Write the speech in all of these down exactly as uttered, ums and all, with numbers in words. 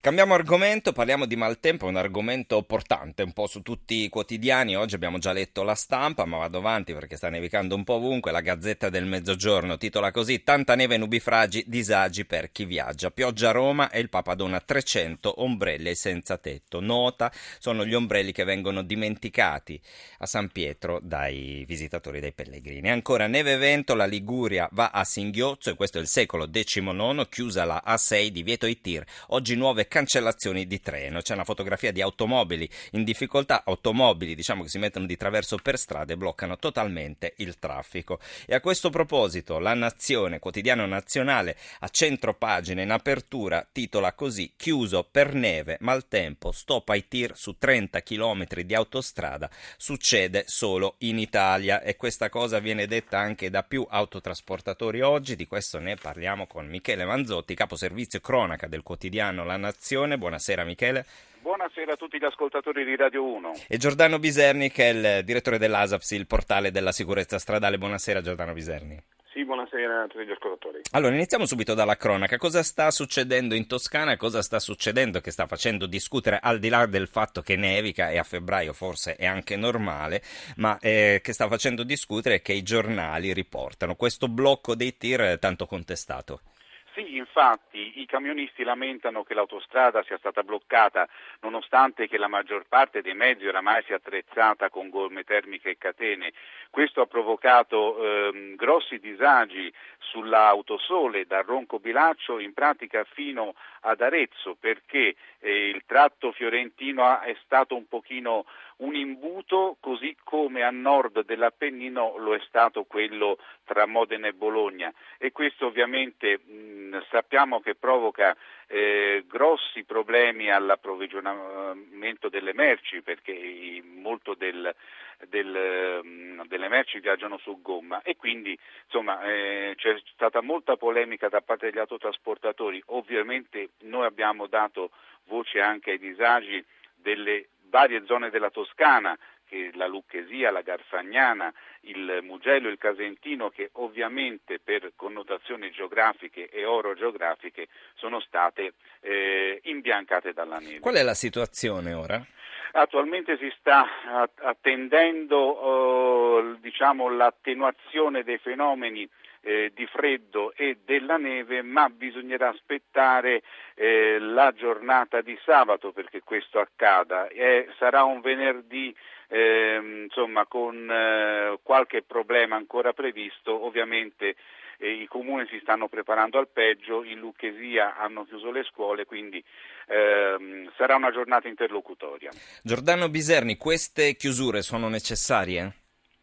Cambiamo argomento, parliamo di maltempo, un argomento portante un po' su tutti i quotidiani. Oggi abbiamo già letto La Stampa, ma vado avanti perché sta nevicando un po' ovunque. La Gazzetta del Mezzogiorno titola così: tanta neve e nubifragi, disagi per chi viaggia. Pioggia a Roma e il Papa dona trecento ombrelli ai senza tetto. Nota, sono gli ombrelli che vengono dimenticati a San Pietro dai visitatori, dai pellegrini. Ancora neve e vento, la Liguria va a singhiozzo e questo è il secolo diciannove, chiusa la A sei, divieto ai tir. Oggi nuove cancellazioni di treno. C'è una fotografia di automobili in difficoltà, automobili diciamo che si mettono di traverso per strada e bloccano totalmente il traffico. E a questo proposito la Nazione, quotidiano nazionale, a centro pagina in apertura titola così: chiuso per neve, maltempo, stop ai tir su trenta chilometri di autostrada, succede solo in Italia. E questa cosa viene detta anche da più autotrasportatori oggi. Di questo ne parliamo con Michele Manzotti, capo servizio cronaca del quotidiano La Nazione. Buonasera Michele. Buonasera a tutti gli ascoltatori di Radio uno. E Giordano Biserni, che è il direttore dell'ASAPSI, il portale della sicurezza stradale. Buonasera Giordano Biserni. Sì, buonasera a tutti gli ascoltatori. Allora, iniziamo subito dalla cronaca. Cosa sta succedendo in Toscana? Cosa sta succedendo che sta facendo discutere, al di là del fatto che nevica e a febbraio forse è anche normale, ma eh, che sta facendo discutere è che i giornali riportano questo blocco dei tir tanto contestato. Sì, infatti i camionisti lamentano che l'autostrada sia stata bloccata nonostante che la maggior parte dei mezzi oramai sia attrezzata con gomme termiche e catene. Questo ha provocato ehm, grossi disagi sull'autosole da Roncobilaccio in pratica fino ad Arezzo, perché eh, il tratto fiorentino è stato un pochino un imbuto, così come a nord dell'Appennino lo è stato quello tra Modena e Bologna, e questo ovviamente mh, sappiamo che provoca eh, grossi problemi all'approvvigionamento delle merci, perché molto del, del, delle merci viaggiano su gomma e quindi insomma eh, c'è stata molta polemica da parte degli autotrasportatori. Ovviamente noi abbiamo dato voce anche ai disagi delle varie zone della Toscana, che la Lucchesia, la Garfagnana, il Mugello, il Casentino, che ovviamente per connotazioni geografiche e orogeografiche sono state eh, imbiancate dalla neve. Qual è la situazione ora? Attualmente si sta attendendo eh, diciamo, l'attenuazione dei fenomeni Eh, di freddo e della neve, ma bisognerà aspettare eh, la giornata di sabato perché questo accada. Eh, sarà un venerdì eh, insomma con eh, qualche problema ancora previsto. Ovviamente eh, i comuni si stanno preparando al peggio, in Lucchesia hanno chiuso le scuole, quindi ehm, sarà una giornata interlocutoria. Giordano Biserni, queste chiusure sono necessarie?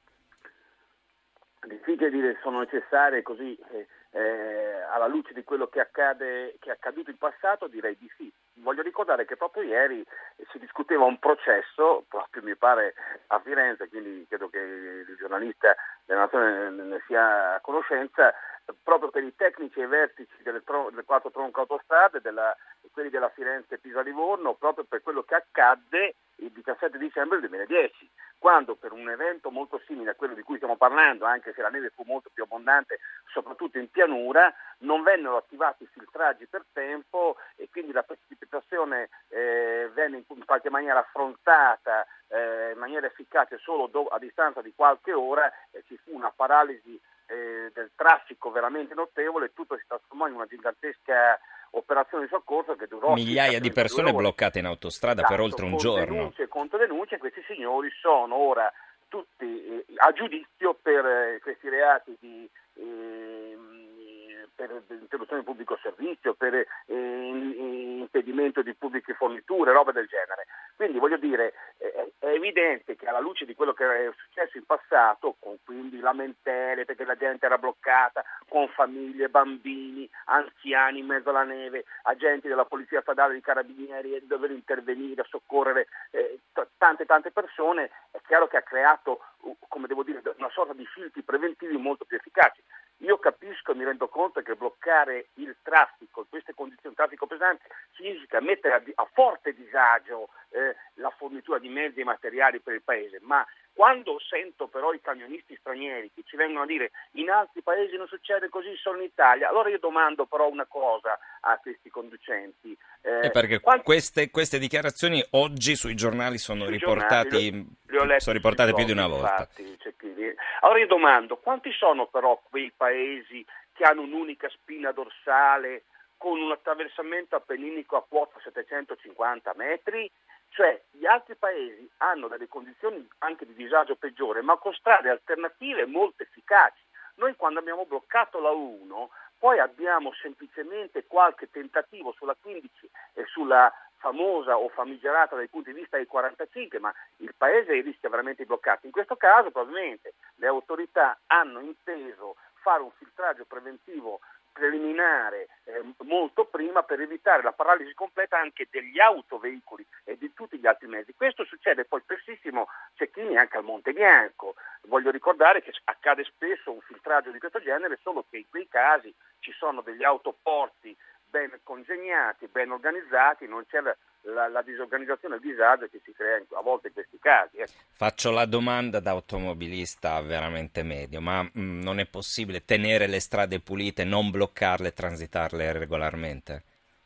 Difficile dire se sono necessarie così eh, eh, alla luce di quello che accade, che è accaduto in passato, direi di sì. Voglio ricordare che proprio ieri si discuteva un processo, proprio mi pare a Firenze, quindi credo che il giornalista della Nazione ne sia a conoscenza, proprio per i tecnici e i vertici delle, tro- delle quattro tronche autostrade, della, quelli della Firenze-Pisa-Livorno, proprio per quello che accadde il diciassette dicembre duemiladieci, quando per un evento molto simile a quello di cui stiamo parlando, anche se la neve fu molto più abbondante, soprattutto in pianura, non vennero attivati i filtraggi per tempo e quindi la precipitazione eh, venne in qualche maniera affrontata eh, in maniera efficace solo do- a distanza di qualche ora e ci fu una paralisi eh, del traffico veramente notevole, tutto si trasformò in una gigantesca operazione di soccorso che durò Migliaia di persone ore. bloccate in autostrada Esatto, per oltre un con giorno. denunce e controdenunce. Questi signori sono ora tutti eh, a giudizio per eh, questi reati di eh, per interruzione di pubblico servizio, per eh, impedimento di pubbliche forniture, roba del genere. Quindi voglio dire, eh, è evidente che alla luce di quello che è successo in passato, con quindi lamentele perché la gente era bloccata, con famiglie, bambini, anziani in mezzo alla neve, agenti della polizia stradale, di carabinieri e di dover intervenire, soccorrere eh, t- tante tante persone, è chiaro che ha creato, uh, come devo dire, una sorta di filtri preventivi molto più efficaci. Io capisco e mi rendo conto che bloccare il traffico, in queste condizioni, traffico pesante, significa mettere a, a forte disagio eh, la fornitura di mezzi e materiali per il Paese, ma Quando sento però i camionisti stranieri che ci vengono a dire in altri paesi non succede così, solo in Italia, allora io domando però una cosa a questi conducenti. Eh, Eh, perché quanti... queste, queste dichiarazioni oggi sui giornali sono sui riportati, giornali, le ho lette sono riportate sui più di blog, una volta. infatti, cioè, quindi... Allora io domando, quanti sono però quei paesi che hanno un'unica spina dorsale con un attraversamento appenninico a quota settecentocinquanta metri? Cioè gli altri paesi hanno delle condizioni anche di disagio peggiore, ma con strade alternative molto efficaci. Noi quando abbiamo bloccato la uno, poi abbiamo semplicemente qualche tentativo sulla quindici e sulla famosa o famigerata dal punto di vista dei quarantacinque, ma il paese rischia veramente di bloccarsi. In questo caso probabilmente le autorità hanno inteso fare un filtraggio preventivo preliminare eh, molto prima per evitare la paralisi completa anche degli autoveicoli e di tutti gli altri mezzi. Questo succede poi spessissimo, cecchini, anche al Monte Bianco. Voglio ricordare che accade spesso un filtraggio di questo genere, solo che in quei casi ci sono degli autoporti ben congegnati, ben organizzati, non c'è la, la, la disorganizzazione e il disagio che si crea a volte in questi casi. Eh. Faccio la domanda da automobilista veramente medio, ma mh, non è possibile tenere le strade pulite, non bloccarle, transitarle regolarmente?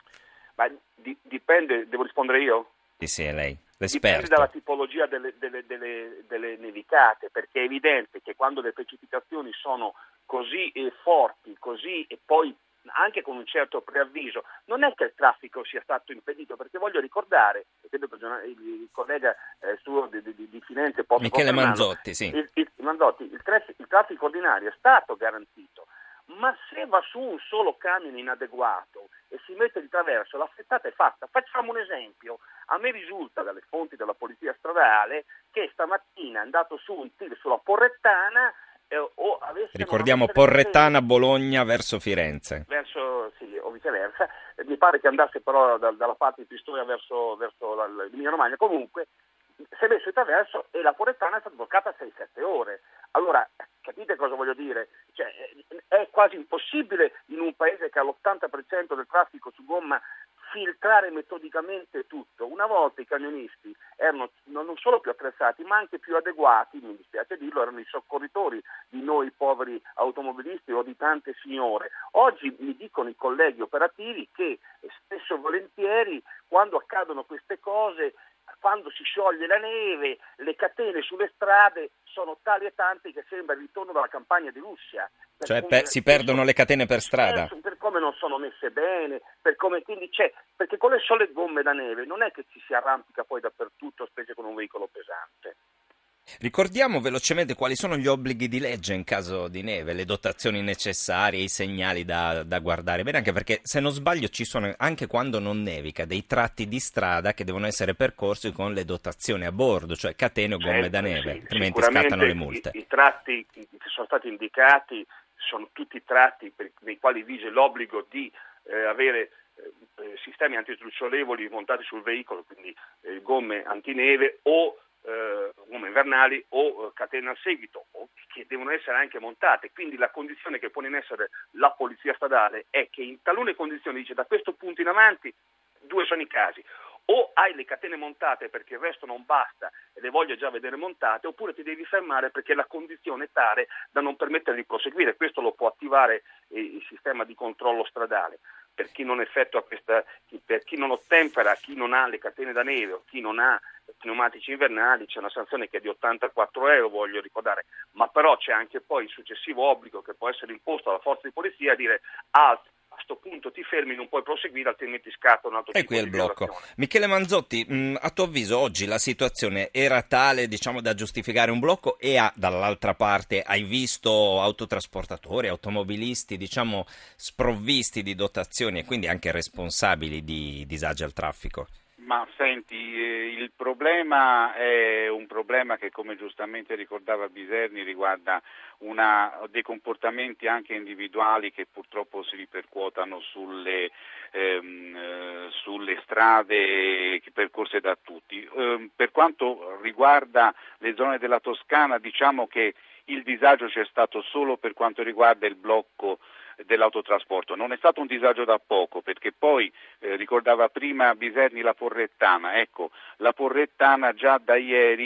Ma di, dipende, devo rispondere io? Sì, sì, è lei, l'esperto. Dipende dalla tipologia delle, delle, delle, delle nevicate, perché è evidente che quando le precipitazioni sono così eh, forti, così e poi anche con un certo preavviso, non è che il traffico sia stato impedito, perché voglio ricordare, credo che il collega eh, suo di, di, di Firenze possa Michele Manzotti, sì. il, il, Manzotti, il, traf- il traffico ordinario è stato garantito, ma se va su un solo camion inadeguato e si mette di traverso, la frittata è fatta. Facciamo un esempio, a me risulta dalle fonti della polizia stradale che stamattina è andato su un tir sulla Porrettana. Eh, o Ricordiamo Porrettana, Bologna verso Firenze. Verso, sì, o viceversa. Eh, mi pare che andasse però da, dalla parte di Pistoia verso, verso l'Emilia Romagna. Comunque, si è messo di traverso e la Porrettana è stata bloccata sei sette ore. Allora, capite cosa voglio dire? Cioè, è quasi impossibile in un paese che ha l'ottanta per cento del traffico su gomma filtrare metodicamente tutto. Una volta i camionisti erano non solo più attrezzati ma anche più adeguati, mi dispiace dirlo, erano i soccorritori di noi poveri automobilisti o di tante signore. Oggi mi dicono i colleghi operativi che spesso e volentieri quando accadono queste cose, quando si scioglie la neve, le catene sulle strade sono tali e tante che sembra il ritorno dalla campagna di Russia. Per cioè come, per, si perdono le catene per strada. Per, per come non sono messe bene, per come quindi c'è, perché con le sole gomme da neve non è che ci si arrampica poi dappertutto, specie con un veicolo pesante. Ricordiamo velocemente quali sono gli obblighi di legge in caso di neve, le dotazioni necessarie, i segnali da, da guardare bene, anche perché se non sbaglio ci sono, anche quando non nevica, dei tratti di strada che devono essere percorsi con le dotazioni a bordo, cioè catene o gomme certo, da neve, sì, altrimenti scattano le multe. I, i tratti che sono stati indicati sono tutti tratti per, nei quali vige l'obbligo di eh, avere eh, sistemi antitrucciolevoli montati sul veicolo, quindi eh, gomme antineve o eh, gomme invernali o eh, catene al seguito, o che devono essere anche montate. Quindi la condizione che pone in essere la polizia stradale è che in talune condizioni, dice, da questo punto in avanti due sono i casi: o hai le catene montate perché il resto non basta e le voglio già vedere montate, oppure ti devi fermare perché la condizione è tale da non permettere di proseguire. Questo lo può attivare eh, il sistema di controllo stradale. Per chi non effettua questa, per chi non ottempera, chi non ha le catene da neve o chi non ha pneumatici invernali, c'è una sanzione che è di ottantaquattro euro, voglio ricordare, ma però c'è anche poi il successivo obbligo che può essere imposto alla forza di polizia a dire: alt, a sto punto ti fermi, non puoi proseguire, altrimenti scatta un altro e tipo qui è di il blocco. violazione. Michele Manzotti, mh, a tuo avviso oggi la situazione era tale, diciamo, da giustificare un blocco, e ha, dall'altra parte hai visto autotrasportatori, automobilisti, diciamo, sprovvisti di dotazioni e quindi anche responsabili di disagi al traffico? Ma senti, eh, il problema è un problema che, come giustamente ricordava Biserni, riguarda una, dei comportamenti anche individuali che purtroppo si ripercuotano sulle, ehm, eh, sulle strade percorse da tutti. Eh, per quanto riguarda le zone della Toscana, diciamo che il disagio c'è stato solo per quanto riguarda il blocco dell'autotrasporto. Non è stato un disagio da poco, perché poi eh, ricordava prima Biserni la Porrettana, ecco, la Porrettana già da ieri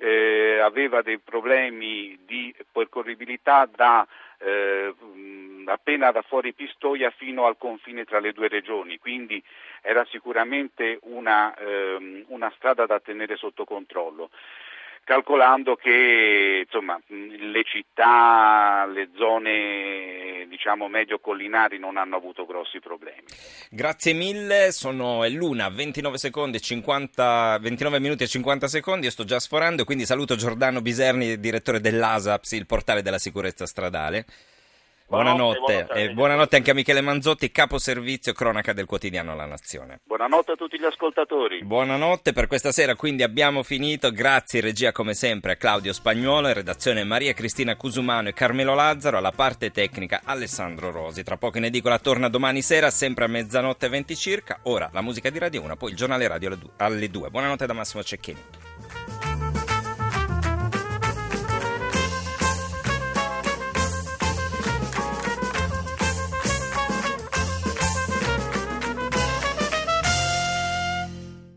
eh, aveva dei problemi di percorribilità da eh, appena da fuori Pistoia fino al confine tra le due regioni, quindi era sicuramente una, ehm, una strada da tenere sotto controllo, calcolando che insomma, le città, le zone diciamo medio collinari non hanno avuto grossi problemi. Grazie mille, sono è l'una, ventinove secondi, cinquanta, ventinove minuti e cinquanta secondi, io sto già sforando, quindi saluto Giordano Biserni, direttore dell'ASAPS, il portale della sicurezza stradale. Buonanotte, buonanotte, e buonanotte anche a Michele Manzotti, capo servizio cronaca del quotidiano La Nazione. Buonanotte a tutti gli ascoltatori. Buonanotte, per questa sera quindi abbiamo finito, grazie in regia come sempre a Claudio Spagnuolo, in redazione Maria Cristina Cusumano e Carmelo Lazzaro, alla parte tecnica Alessandro Rosi. Tra poco in edicola torna domani sera, sempre a mezzanotte e venti circa, ora la musica di Radio uno, poi il giornale radio alle due. Buonanotte da Massimo Cecchini.